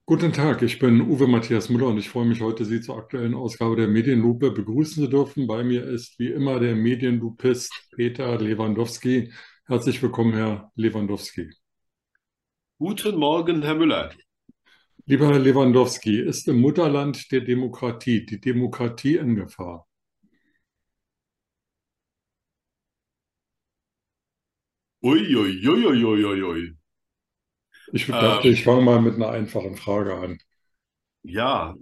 Guten Tag, ich bin Uwe Matthias Müller und ich freue mich heute, Sie zur aktuellen Ausgabe der Medienlupe begrüßen zu dürfen. Bei mir ist wie immer der Medienlupist Peter Lewandowski. Herzlich willkommen, Herr Lewandowski. Guten Morgen, Herr Müller. Lieber Herr Lewandowski, ist im Mutterland der Demokratie die Demokratie in Gefahr? Ui, ui, ui, ui, ui, ui, ui. Ich dachte, ich Ähm, fange mal mit einer einfachen Frage an. ja,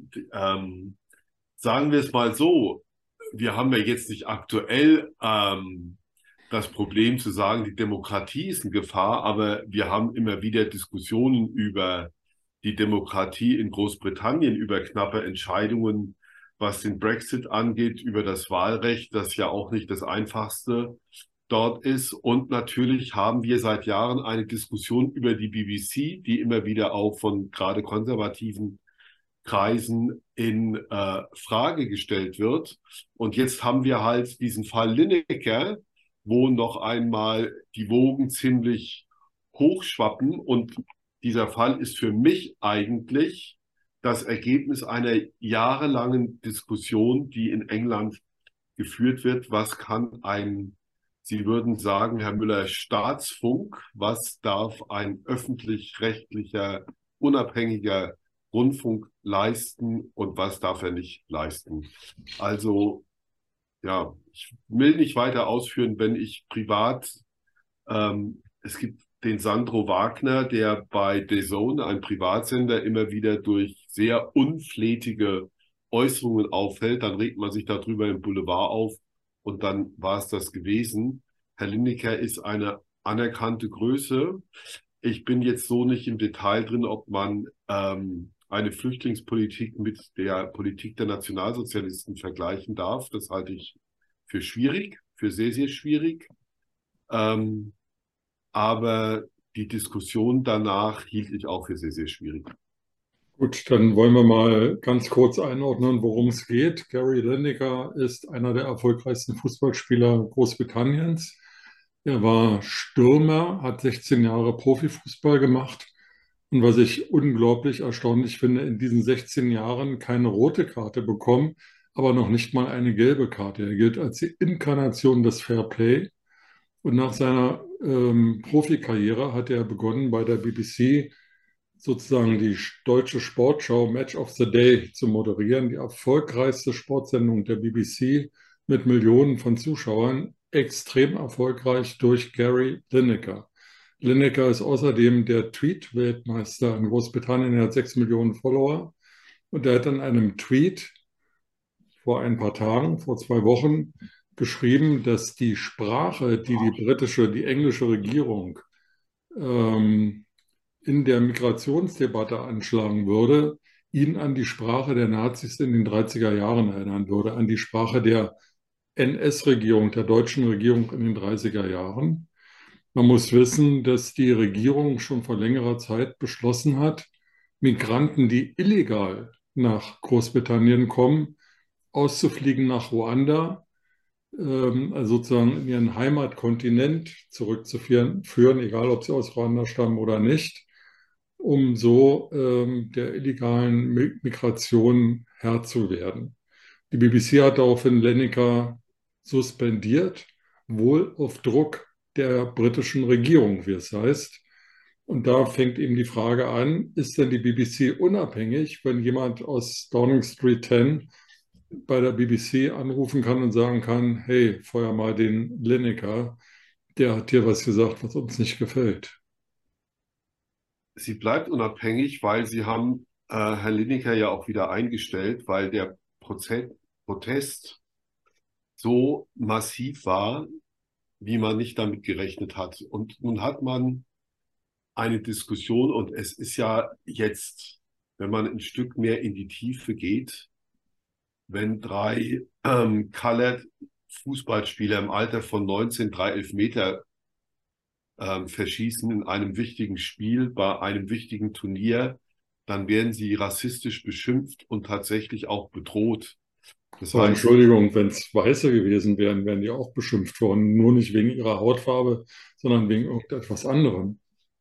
sagen wir es mal so. Wir haben ja jetzt nicht aktuell das Problem zu sagen, die Demokratie ist in Gefahr, aber wir haben immer wieder Diskussionen über die Demokratie in Großbritannien, über knappe Entscheidungen, was den Brexit angeht, über das Wahlrecht, das ja auch nicht das einfachste dort ist. Und natürlich haben wir seit Jahren eine Diskussion über die BBC, die immer wieder auch von gerade konservativen Kreisen in Frage gestellt wird. Und jetzt haben wir halt diesen Fall Lineker, wo noch einmal die Wogen ziemlich hochschwappen. Und dieser Fall ist für mich eigentlich das Ergebnis einer jahrelangen Diskussion, die in England geführt wird. Was kann ein, Sie würden sagen, Herr Müller, Staatsfunk, was darf ein öffentlich-rechtlicher, unabhängiger Rundfunk leisten und was darf er nicht leisten? Also, ja, ich will nicht weiter ausführen, wenn ich privat, es gibt den Sandro Wagner, der bei DAZN, ein Privatsender, immer wieder durch sehr unflätige Äußerungen auffällt. Dann regt man sich darüber im Boulevard auf und dann war es das gewesen. Herr Lineker ist eine anerkannte Größe. Ich bin jetzt so nicht im Detail drin, ob man eine Flüchtlingspolitik mit der Politik der Nationalsozialisten vergleichen darf. Das halte ich für schwierig, für sehr, sehr schwierig. Ähm, aber die Diskussion danach hielt ich auch für sehr, sehr schwierig. Gut, dann wollen wir mal ganz kurz einordnen, worum es geht. Gary Lineker ist einer der erfolgreichsten Fußballspieler Großbritanniens. Er war Stürmer, hat 16 Jahre Profifußball gemacht. Und was ich unglaublich erstaunlich finde, in diesen 16 Jahren keine rote Karte bekommen, aber noch nicht mal eine gelbe Karte. Er gilt als die Inkarnation des Fair Play. Und nach seiner Profikarriere hat er begonnen, bei der BBC sozusagen die deutsche Sportschau Match of the Day zu moderieren, die erfolgreichste Sportsendung der BBC mit Millionen von Zuschauern, extrem erfolgreich durch Gary Lineker. Lineker ist außerdem der Tweet-Weltmeister in Großbritannien. Er hat 6 Millionen Follower und er hat in einem Tweet vor ein paar Tagen, vor 2 Wochen, geschrieben, dass die Sprache, die die englische Regierung ähm, in der Migrationsdebatte anschlagen würde, ihn an die Sprache der Nazis in den 30er Jahren erinnern würde, an die Sprache der NS-Regierung, der deutschen Regierung in den 30er Jahren. Man muss wissen, dass die Regierung schon vor längerer Zeit beschlossen hat, Migranten, die illegal nach Großbritannien kommen, auszufliegen nach Ruanda, also sozusagen in ihren Heimatkontinent zurückzuführen, egal ob sie aus Ruanda stammen oder nicht, um so der illegalen Migration Herr zu werden. Die BBC hat daraufhin Lenniker suspendiert, wohl auf Druck der britischen Regierung, wie es heißt. Und da fängt eben die Frage an, ist denn die BBC unabhängig, wenn jemand aus Downing Street 10 bei der BBC anrufen kann und sagen kann, hey, feuer mal den Lineker, der hat dir was gesagt, was uns nicht gefällt. Sie bleibt unabhängig, weil Sie haben Herrn Lineker ja auch wieder eingestellt, weil der Protest so massiv war, wie man nicht damit gerechnet hat. Und nun hat man eine Diskussion und es ist ja jetzt, wenn man ein Stück mehr in die Tiefe geht, wenn drei Colored Fußballspieler im Alter von 19 drei Elfmeter verschießen in einem wichtigen Spiel, bei einem wichtigen Turnier, dann werden sie rassistisch beschimpft und tatsächlich auch bedroht. Das Aber heißt, Entschuldigung, wenn es Weiße gewesen wären, wären die auch beschimpft worden. Nur nicht wegen ihrer Hautfarbe, sondern wegen irgendetwas anderem.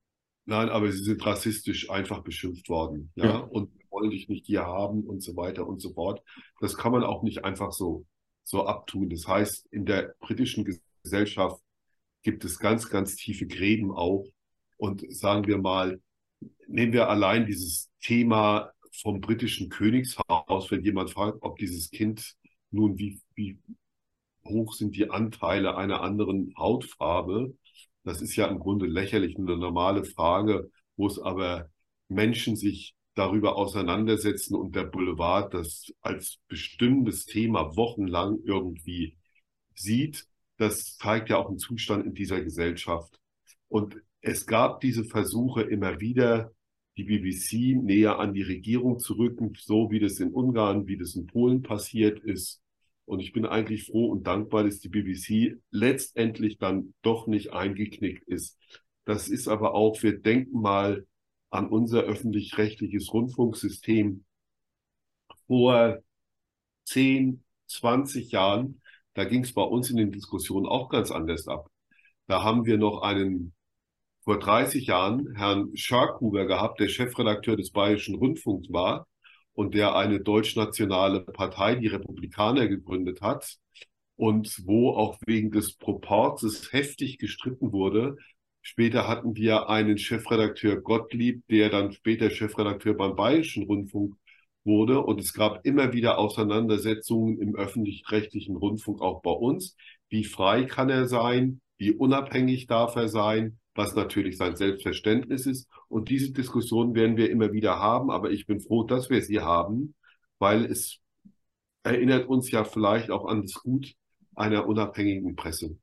Nein, aber sie sind rassistisch einfach beschimpft worden, ja, Ja. und wollen dich nicht hier haben und so weiter und so fort. Das kann man auch nicht einfach so abtun. Das heißt, in der britischen Gesellschaft gibt es ganz, ganz tiefe Gräben auch. Und sagen wir mal, nehmen wir allein dieses Thema vom britischen Königshaus, wenn jemand fragt, ob dieses Kind nun, wie hoch sind die Anteile einer anderen Hautfarbe? Das ist ja im Grunde lächerlich, eine normale Frage, wo es aber Menschen sich darüber auseinandersetzen und der Boulevard das als bestimmendes Thema wochenlang irgendwie sieht. Das zeigt ja auch einen Zustand in dieser Gesellschaft. Und es gab diese Versuche immer wieder, die BBC näher an die Regierung zu rücken, so wie das in Ungarn, wie das in Polen passiert ist. Und ich bin eigentlich froh und dankbar, dass die BBC letztendlich dann doch nicht eingeknickt ist. Das ist aber auch, wir denken mal an unser öffentlich-rechtliches Rundfunksystem vor 10, 20 Jahren. Da ging es bei uns in den Diskussionen auch ganz anders ab. Da haben wir noch vor 30 Jahren Herrn Scharkhuber gehabt, der Chefredakteur des Bayerischen Rundfunks war und der eine deutschnationale Partei, die Republikaner, gegründet hat und wo auch wegen des Proporzes heftig gestritten wurde. Später hatten wir einen Chefredakteur Gottlieb, der dann später Chefredakteur beim Bayerischen Rundfunk wurde. Und es gab immer wieder Auseinandersetzungen im öffentlich-rechtlichen Rundfunk, auch bei uns. Wie frei kann er sein? Wie unabhängig darf er sein? Was natürlich sein Selbstverständnis ist. Und diese Diskussion werden wir immer wieder haben. Aber ich bin froh, dass wir sie haben, weil es erinnert uns ja vielleicht auch an das Gut einer unabhängigen Presse.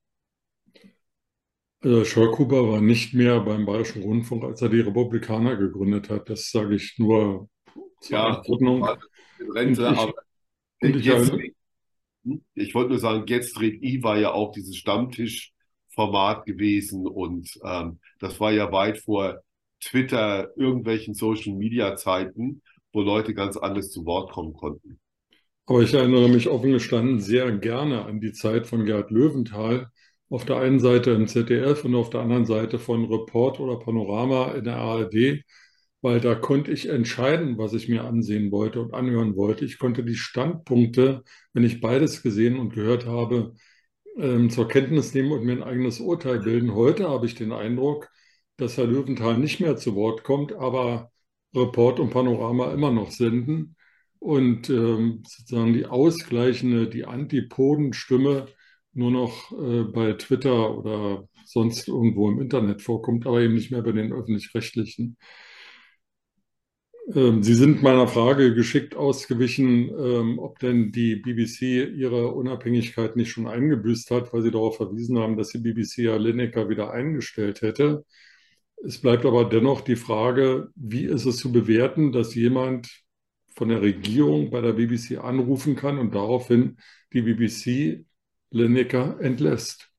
Also Scheuchhuber war nicht mehr beim Bayerischen Rundfunk, als er die Republikaner gegründet hat. Das sage ich nur zur Ja, Einordnung. in Und Rente, aber ich, und ich jetzt, erinnere, ich wollte nur sagen, jetzt dreht I war ja auch dieses Stammtischformat gewesen und das war ja weit vor Twitter, irgendwelchen Social Media Zeiten, wo Leute ganz anders zu Wort kommen konnten. aber ich erinnere mich offen gestanden sehr gerne an die Zeit von Gerd Löwenthal. Auf der einen Seite im ZDF und auf der anderen Seite von Report oder Panorama in der ARD, weil da konnte ich entscheiden, was ich mir ansehen wollte und anhören wollte. Ich konnte die Standpunkte, wenn ich beides gesehen und gehört habe, zur Kenntnis nehmen und mir ein eigenes Urteil bilden. Heute habe ich den Eindruck, dass Herr Löwenthal nicht mehr zu Wort kommt, aber Report und Panorama immer noch senden und sozusagen die ausgleichende, die Antipodenstimme nur noch bei Twitter oder sonst irgendwo im Internet vorkommt, aber eben nicht mehr bei den öffentlich-rechtlichen. Sie sind meiner Frage geschickt ausgewichen, ob denn die BBC ihre Unabhängigkeit nicht schon eingebüßt hat, weil Sie darauf verwiesen haben, dass die BBC ja Lineker wieder eingestellt hätte. Es bleibt aber dennoch die Frage, wie ist es zu bewerten, dass jemand von der Regierung bei der BBC anrufen kann und daraufhin die BBC Lineker entlässt?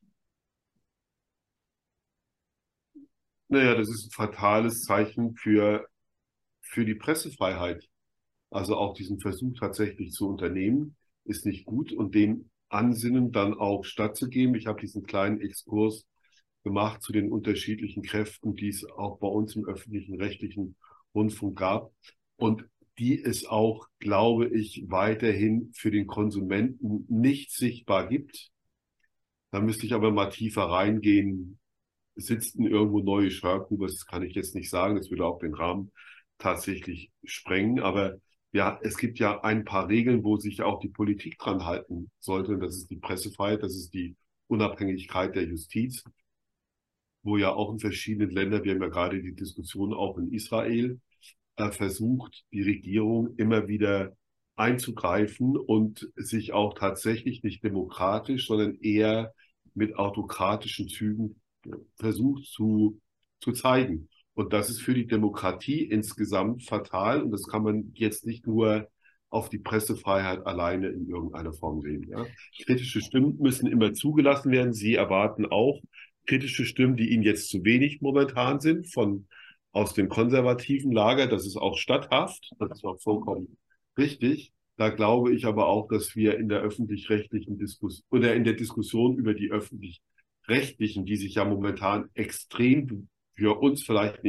Naja, das ist ein fatales Zeichen für die Pressefreiheit. Also auch diesen Versuch tatsächlich zu unternehmen, ist nicht gut und dem Ansinnen dann auch stattzugeben. Ich habe diesen kleinen Exkurs gemacht zu den unterschiedlichen Kräften, die es auch bei uns im öffentlichen rechtlichen Rundfunk gab und die es auch, glaube ich, weiterhin für den Konsumenten nicht sichtbar gibt. Da müsste ich aber mal tiefer reingehen. Sitzen irgendwo neue Schrapnübers, das kann ich jetzt nicht sagen, das würde auch den Rahmen tatsächlich sprengen, aber ja, es gibt ja ein paar Regeln, wo sich auch die Politik dran halten sollte. Und das ist die Pressefreiheit, das ist die Unabhängigkeit der Justiz, wo ja auch in verschiedenen Ländern, wir haben ja gerade die Diskussion auch in Israel, versucht, die Regierung immer wieder einzugreifen und sich auch tatsächlich nicht demokratisch, sondern eher mit autokratischen Zügen versucht zu zeigen. Und das ist für die Demokratie insgesamt fatal. Und das kann man jetzt nicht nur auf die Pressefreiheit alleine in irgendeiner Form sehen. Ja. Kritische Stimmen müssen immer zugelassen werden. Sie erwarten auch kritische Stimmen, die Ihnen jetzt zu wenig momentan sind, aus dem konservativen Lager. Das ist auch statthaft. Das ist auch vollkommen richtig. Da glaube ich aber auch, dass wir in der öffentlich-rechtlichen Diskussion oder in der Diskussion über die öffentlich-rechtlichen, die sich ja momentan extrem für uns vielleicht nicht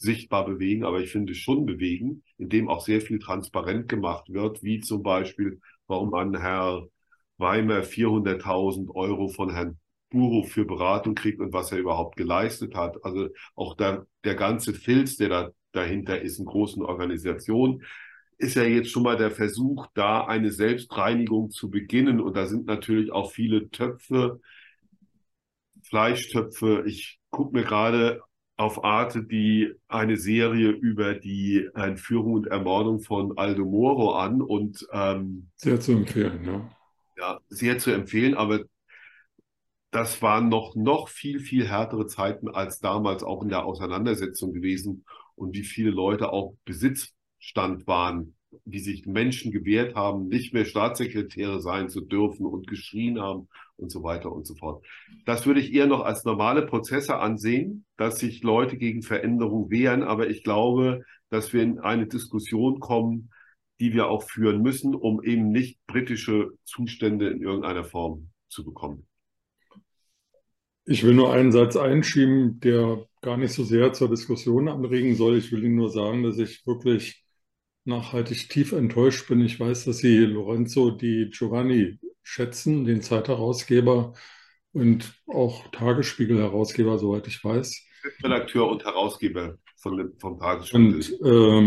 sichtbar bewegen, aber ich finde schon bewegen, indem auch sehr viel transparent gemacht wird, wie zum Beispiel, warum ein Herr Weimer 400.000 Euro von Herrn Buro für Beratung kriegt und was er überhaupt geleistet hat. Also auch der ganze Filz, der dahinter ist, in großen Organisationen, ist ja jetzt schon mal der Versuch, da eine Selbstreinigung zu beginnen. Und da sind natürlich auch viele Töpfe, Fleischtöpfe. Ich gucke mir gerade auf Arte eine Serie über die Entführung und Ermordung von Aldo Moro an und Sehr zu empfehlen, ja. ja, sehr zu empfehlen, aber das waren noch viel, viel härtere Zeiten als damals auch in der Auseinandersetzung gewesen und wie viele Leute auch Besitzstand waren, wie sich Menschen gewehrt haben, nicht mehr Staatssekretäre sein zu dürfen und geschrien haben und so weiter und so fort. Das würde ich eher noch als normale Prozesse ansehen, dass sich Leute gegen Veränderung wehren, aber ich glaube, dass wir in eine Diskussion kommen, die wir auch führen müssen, um eben nicht britische Zustände in irgendeiner Form zu bekommen. Ich will nur einen Satz einschieben, der gar nicht so sehr zur Diskussion anregen soll. Ich will Ihnen nur sagen, dass ich wirklich nachhaltig tief enttäuscht bin. Ich weiß, dass Sie Lorenzo Di Giovanni schätzen, den Zeitherausgeber und auch Tagesspiegel-Herausgeber, soweit ich weiß. Redakteur und Herausgeber vom Tagesspiegel. Und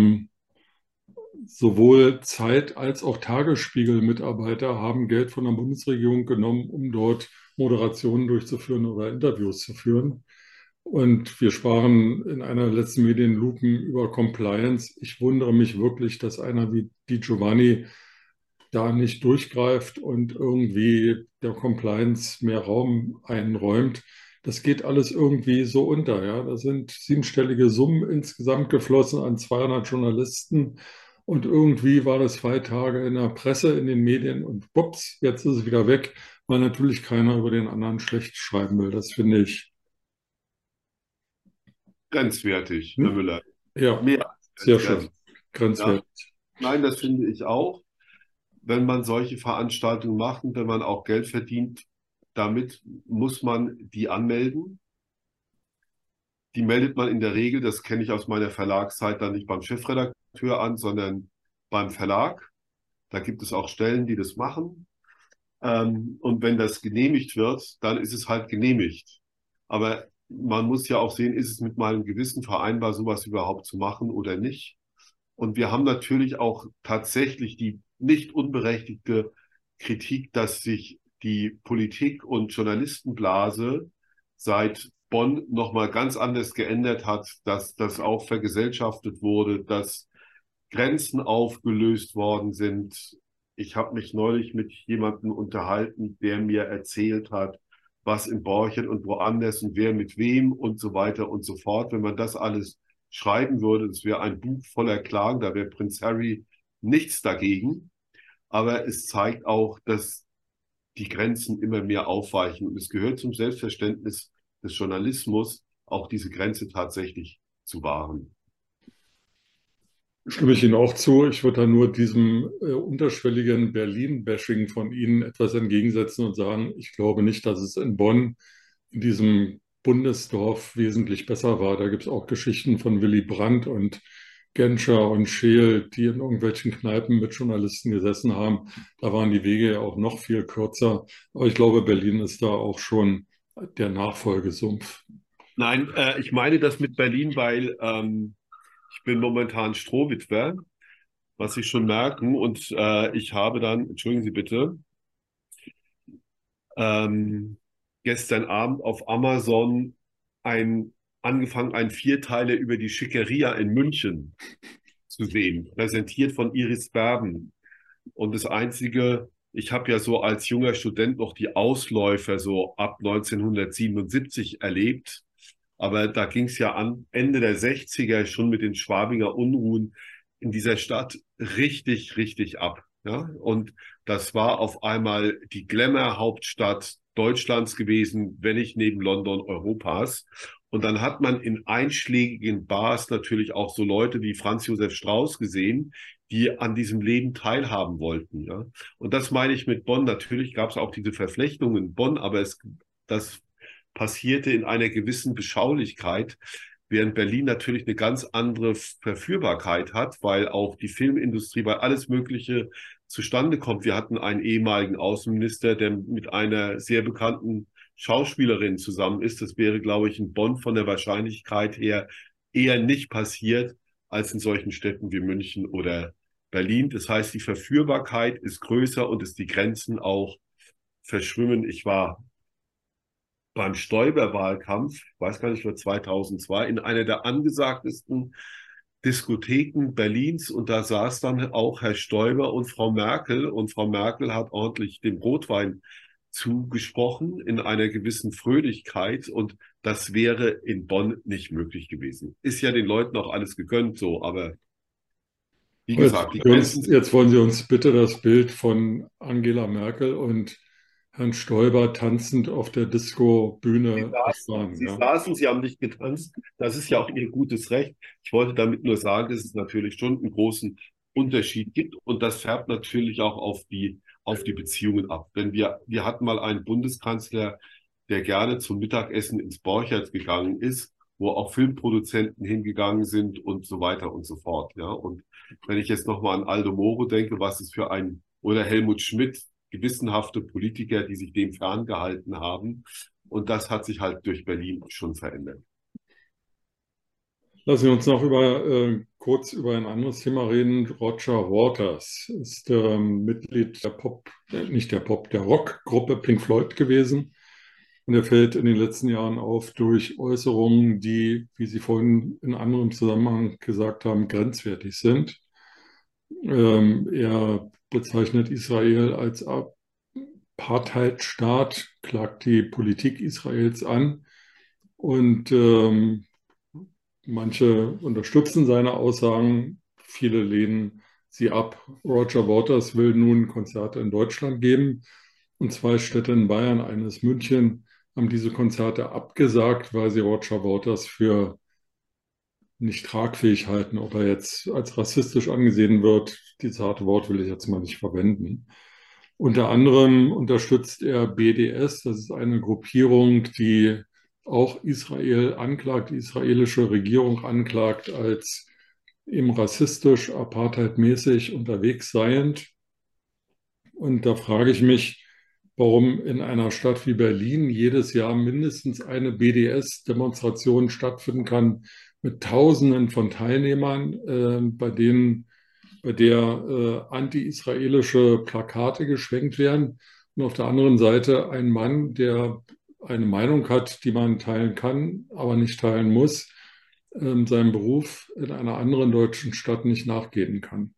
sowohl Zeit- als auch Tagesspiegel-Mitarbeiter haben Geld von der Bundesregierung genommen, um dort Moderationen durchzuführen oder Interviews zu führen. Und wir sprachen in einer der letzten Medienlupen über Compliance. Ich wundere mich wirklich, dass einer wie Di Giovanni da nicht durchgreift und irgendwie der Compliance mehr Raum einräumt. Das geht alles irgendwie so unter. Ja? Da sind siebenstellige Summen insgesamt geflossen an 200 Journalisten. Und irgendwie war das 2 Tage in der Presse, in den Medien und bups, jetzt ist es wieder weg, weil natürlich keiner über den anderen schlecht schreiben will. Das finde ich, Grenzwertig, Herr Müller. ja, Mehr als sehr grenzwertig. schön. Ja, Grenzwertig. nein, das finde ich auch. Wenn man solche Veranstaltungen macht und wenn man auch Geld verdient, damit muss man die anmelden. Die meldet man in der Regel, das kenne ich aus meiner Verlagszeit, dann nicht beim Chefredakteur an, sondern beim Verlag. Da gibt es auch Stellen, die das machen. Und wenn das genehmigt wird, dann ist es halt genehmigt. Aber man muss ja auch sehen, ist es mit meinem Gewissen vereinbar, sowas überhaupt zu machen oder nicht? Und wir haben natürlich auch tatsächlich die nicht unberechtigte Kritik, dass sich die Politik und Journalistenblase seit Bonn nochmal ganz anders geändert hat, dass das auch vergesellschaftet wurde, dass Grenzen aufgelöst worden sind. Ich habe mich neulich mit jemandem unterhalten, der mir erzählt hat, was in Borchen und woanders und wer mit wem und so weiter und so fort. Wenn man das alles schreiben würde, das wäre ein Buch voller Klagen, da wäre Prinz Harry nichts dagegen. Aber es zeigt auch, dass die Grenzen immer mehr aufweichen. Und es gehört zum Selbstverständnis des Journalismus, auch diese Grenze tatsächlich zu wahren. Stimme ich Ihnen auch zu. Ich würde da nur diesem unterschwelligen Berlin-Bashing von Ihnen etwas entgegensetzen und sagen, ich glaube nicht, dass es in Bonn, in diesem Bundesdorf, wesentlich besser war. Da gibt es auch Geschichten von Willy Brandt und Genscher und Scheel, die in irgendwelchen Kneipen mit Journalisten gesessen haben. Da waren die Wege ja auch noch viel kürzer. Aber ich glaube, Berlin ist da auch schon der Nachfolgesumpf. Nein, ich meine das mit Berlin, weil ich bin momentan Strohwitwer, was Sie schon merken. Und ich habe dann, entschuldigen Sie bitte, gestern Abend auf Amazon angefangen, einen Vierteiler über die Schickeria in München zu sehen, präsentiert von Iris Berben. Und das Einzige, ich habe ja so als junger Student noch die Ausläufer so ab 1977 erlebt. Aber da ging es ja an Ende der 60er schon mit den Schwabinger Unruhen in dieser Stadt richtig, richtig ab. Ja? Und das war auf einmal die Glamour-Hauptstadt Deutschlands gewesen, wenn nicht neben London Europas. Und dann hat man in einschlägigen Bars natürlich auch so Leute wie Franz Josef Strauß gesehen, die an diesem Leben teilhaben wollten. Ja? Und das meine ich mit Bonn. Natürlich gab es auch diese Verflechtungen in Bonn, aber das passierte in einer gewissen Beschaulichkeit. während Berlin natürlich eine ganz andere Verführbarkeit hat, weil auch die Filmindustrie, weil alles Mögliche zustande kommt. Wir hatten einen ehemaligen Außenminister, der mit einer sehr bekannten Schauspielerin zusammen ist. Das wäre, glaube ich, in Bonn von der Wahrscheinlichkeit her eher nicht passiert als in solchen Städten wie München oder Berlin. Das heißt, die Verführbarkeit ist größer und ist die Grenzen auch verschwimmen. Ich war beim Stoiber-Wahlkampf, ich weiß gar nicht, war 2002, in einer der angesagtesten Diskotheken Berlins und da saß dann auch Herr Stoiber und Frau Merkel hat ordentlich dem Rotwein zugesprochen in einer gewissen Fröhlichkeit und das wäre in Bonn nicht möglich gewesen. Ist ja den Leuten auch alles gegönnt so, aber wie gesagt, die Grenzen sind. Jetzt wollen Sie uns bitte das Bild von Angela Merkel und Herrn Stoiber tanzend auf der Disco-Bühne ersparen. Sie Ja? saßen, sie haben nicht getanzt. Das ist ja auch ihr gutes Recht. Ich wollte damit nur sagen, dass es natürlich schon einen großen Unterschied gibt und das färbt natürlich auch auf die Beziehungen ab. Denn wir hatten mal einen Bundeskanzler, der gerne zum Mittagessen ins Borchertz gegangen ist, wo auch Filmproduzenten hingegangen sind und so weiter und so fort. Ja, und wenn ich jetzt nochmal an Aldo Moro denke, was ist für ein, oder Helmut Schmidt, gewissenhafte Politiker, die sich dem ferngehalten haben. Und das hat sich halt durch Berlin schon verändert. Lassen wir uns noch kurz über ein anderes Thema reden. Roger Waters ist Mitglied der Rockgruppe Pink Floyd gewesen. Und er fällt in den letzten Jahren auf durch Äußerungen, die, wie Sie vorhin in anderem Zusammenhang gesagt haben, grenzwertig sind. Er bezeichnet Israel als Apartheidstaat, klagt die Politik Israels an und manche unterstützen seine Aussagen, viele lehnen sie ab. Roger Waters will nun Konzerte in Deutschland geben und zwei Städte in Bayern, eines München, haben diese Konzerte abgesagt, weil sie Roger Waters für nicht tragfähig halten. Ob er jetzt als rassistisch angesehen wird, dieses harte Wort will ich jetzt mal nicht verwenden. Unter anderem unterstützt er BDS, das ist eine Gruppierung, die auch Israel anklagt, die israelische Regierung anklagt, als eben rassistisch, apartheidmäßig unterwegs seiend. Und da frage ich mich, warum in einer Stadt wie Berlin jedes Jahr mindestens eine BDS-Demonstration stattfinden kann mit Tausenden von Teilnehmern, bei der anti-israelische Plakate geschwenkt werden. Und auf der anderen Seite ein Mann, der eine Meinung hat, die man teilen kann, aber nicht teilen muss, seinem Beruf in einer anderen deutschen Stadt nicht nachgehen kann.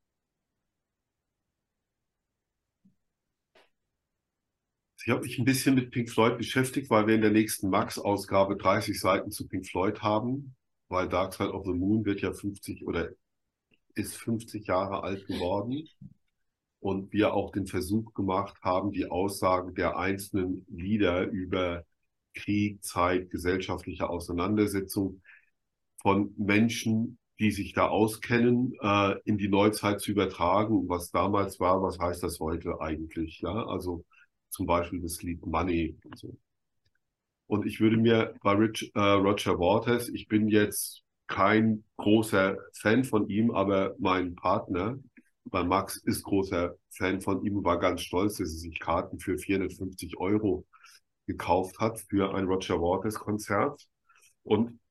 Ich habe mich ein bisschen mit Pink Floyd beschäftigt, weil wir in der nächsten Max-Ausgabe 30 Seiten zu Pink Floyd haben, weil Dark Side of the Moon wird ja 50 oder ist 50 Jahre alt geworden und wir auch den Versuch gemacht haben, die Aussagen der einzelnen Lieder über Krieg, Zeit, gesellschaftliche Auseinandersetzung von Menschen, die sich da auskennen, in die Neuzeit zu übertragen. Was damals war, was heißt das heute eigentlich? Ja, also zum Beispiel das Lied Money und so. Und ich würde mir bei Roger Waters, ich bin jetzt kein großer Fan von ihm, aber mein Partner, bei Max, ist großer Fan von ihm und war ganz stolz, dass er sich Karten für 450 Euro gekauft hat für ein Roger Waters Konzert. Und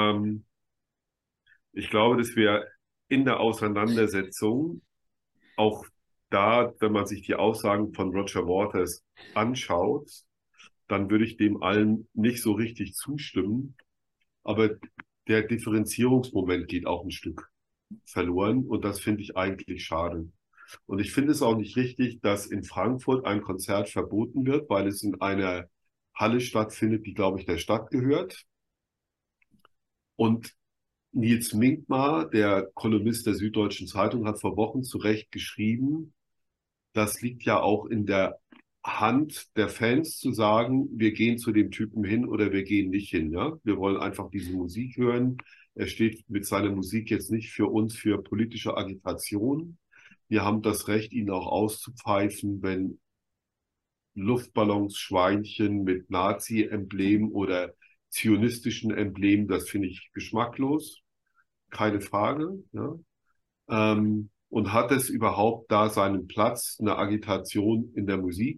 ich glaube, dass wir in der Auseinandersetzung auch da, wenn man sich die Aussagen von Roger Waters anschaut, dann würde ich dem allen nicht so richtig zustimmen. Aber der Differenzierungsmoment geht auch ein Stück verloren und das finde ich eigentlich schade. Und ich finde es auch nicht richtig, dass in Frankfurt ein Konzert verboten wird, weil es in einer Halle stattfindet, die, glaube ich, der Stadt gehört. Und Nils Minkmar, der Kolumnist der Süddeutschen Zeitung, hat vor Wochen zu Recht geschrieben, das liegt ja auch in der Hand der Fans zu sagen, wir gehen zu dem Typen hin oder wir gehen nicht hin. Ja? Wir wollen einfach diese Musik hören. Er steht mit seiner Musik jetzt nicht für uns für politische Agitation. Wir haben das Recht, ihn auch auszupfeifen, wenn Luftballons, Schweinchen mit Nazi-Emblem oder zionistischen Emblem, das finde ich geschmacklos, keine Frage. Ja. Und hat es überhaupt da seinen Platz, eine Agitation in der Musik,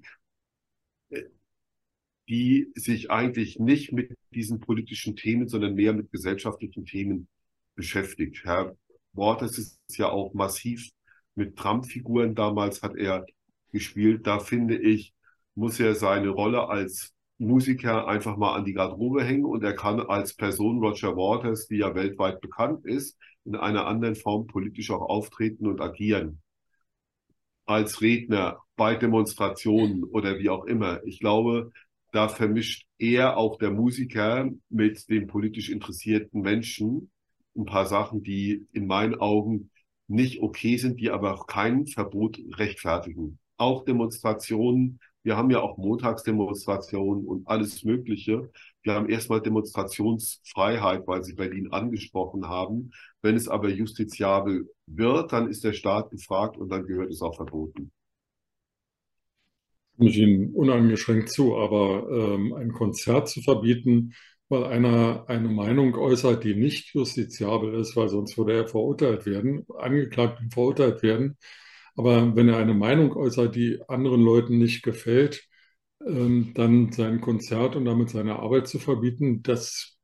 die sich eigentlich nicht mit diesen politischen Themen, sondern mehr mit gesellschaftlichen Themen beschäftigt. Herr Waters ist ja auch massiv mit Trump-Figuren damals hat er gespielt. Da finde ich, muss er seine Rolle als Musiker einfach mal an die Garderobe hängen und er kann als Person Roger Waters, die ja weltweit bekannt ist, in einer anderen Form politisch auch auftreten und agieren. Als Redner bei Demonstrationen oder wie auch immer. Ich glaube, da vermischt er, auch der Musiker, mit den politisch interessierten Menschen ein paar Sachen, die in meinen Augen nicht okay sind, die aber auch kein Verbot rechtfertigen. Auch Demonstrationen, wir haben ja auch Montagsdemonstrationen und alles Mögliche. Wir haben erstmal Demonstrationsfreiheit, weil Sie Berlin angesprochen haben. Wenn es aber justiziabel wird, dann ist der Staat gefragt und dann gehört es auch verboten. Stimme ich Ihnen uneingeschränkt zu, aber ein Konzert zu verbieten, weil einer eine Meinung äußert, die nicht justiziabel ist, weil sonst würde er verurteilt werden, angeklagt und verurteilt werden. Aber wenn er eine Meinung äußert, die anderen Leuten nicht gefällt, dann sein Konzert und damit seine Arbeit zu verbieten, das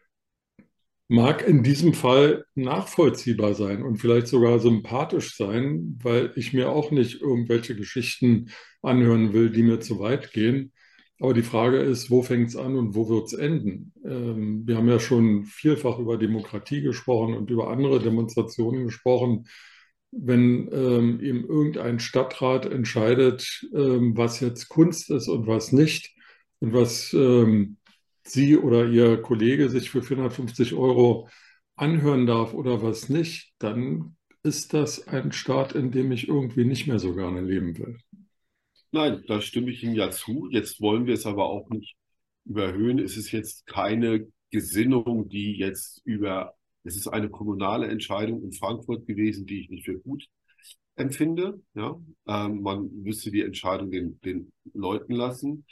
mag in diesem Fall nachvollziehbar sein und vielleicht sogar sympathisch sein, weil ich mir auch nicht irgendwelche Geschichten anhören will, die mir zu weit gehen. Aber die Frage ist, wo fängt es an und wo wird es enden? Wir haben ja schon vielfach über Demokratie gesprochen und über andere Demonstrationen gesprochen. Wenn eben irgendein Stadtrat entscheidet, was jetzt Kunst ist und was nicht und was Sie oder Ihr Kollege sich für 450 € anhören darf oder was nicht, dann ist das ein Staat, in dem ich irgendwie nicht mehr so gerne leben will. Nein, da stimme ich Ihnen ja zu. Jetzt wollen wir es aber auch nicht überhöhen. Es ist jetzt keine Gesinnung, die jetzt es ist eine kommunale Entscheidung in Frankfurt gewesen, die ich nicht für gut empfinde. Ja, man müsste die Entscheidung den Leuten lassen.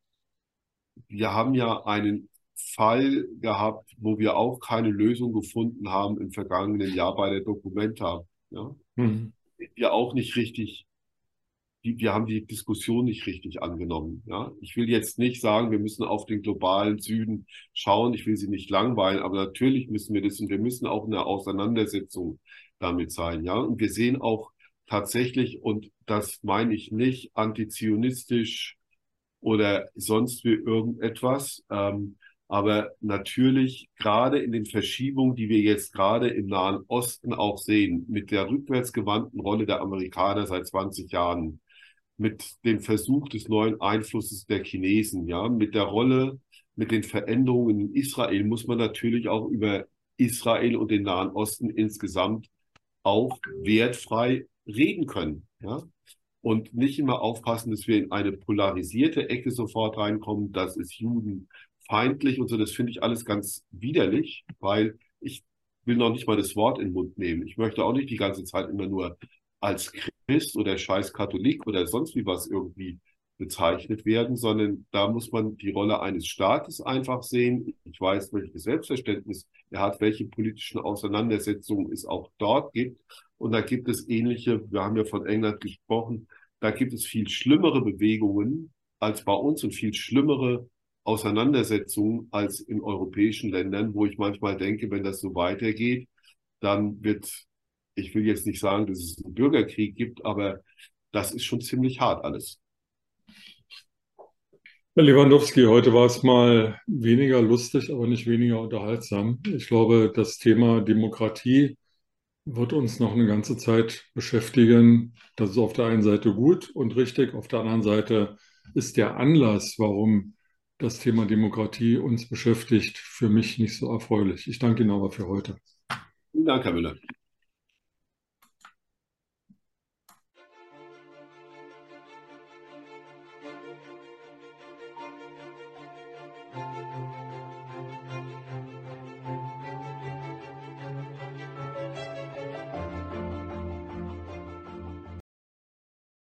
Wir haben ja einen Fall gehabt, wo wir auch keine Lösung gefunden haben im vergangenen Jahr bei der Documenta. Ja, Hm. wir auch nicht richtig wir haben die Diskussion nicht richtig angenommen. Ja? Ich will jetzt nicht sagen, wir müssen auf den globalen Süden schauen. Ich will Sie nicht langweilen, aber natürlich müssen wir das und wir müssen auch in der Auseinandersetzung damit sein. Ja? Und wir sehen auch tatsächlich, und das meine ich nicht antizionistisch oder sonst wie irgendetwas, aber natürlich gerade in den Verschiebungen, die wir jetzt gerade im Nahen Osten auch sehen, mit der rückwärtsgewandten Rolle der Amerikaner seit 20 Jahren, mit dem Versuch des neuen Einflusses der Chinesen, ja, mit der Rolle, mit den Veränderungen in Israel, muss man natürlich auch über Israel und den Nahen Osten insgesamt auch wertfrei reden können, ja. Und nicht immer aufpassen, dass wir in eine polarisierte Ecke sofort reinkommen, das ist judenfeindlich und so, das finde ich alles ganz widerlich, weil ich will noch nicht mal das Wort in den Mund nehmen. Ich möchte auch nicht die ganze Zeit immer nur als Christ oder scheiß Katholik oder sonst wie was irgendwie bezeichnet werden, sondern da muss man die Rolle eines Staates einfach sehen. Ich weiß, welches Selbstverständnis er hat, welche politischen Auseinandersetzungen es auch dort gibt. Und da gibt es ähnliche, wir haben ja von England gesprochen, da gibt es viel schlimmere Bewegungen als bei uns und viel schlimmere Auseinandersetzungen als in europäischen Ländern, wo ich manchmal denke, wenn das so weitergeht, dann ich will jetzt nicht sagen, dass es einen Bürgerkrieg gibt, aber das ist schon ziemlich hart alles. Herr Lewandowski, heute war es mal weniger lustig, aber nicht weniger unterhaltsam. Ich glaube, das Thema Demokratie wird uns noch eine ganze Zeit beschäftigen. Das ist auf der einen Seite gut und richtig, auf der anderen Seite ist der Anlass, warum das Thema Demokratie uns beschäftigt, für mich nicht so erfreulich. Ich danke Ihnen aber für heute. Vielen Dank, Herr Müller.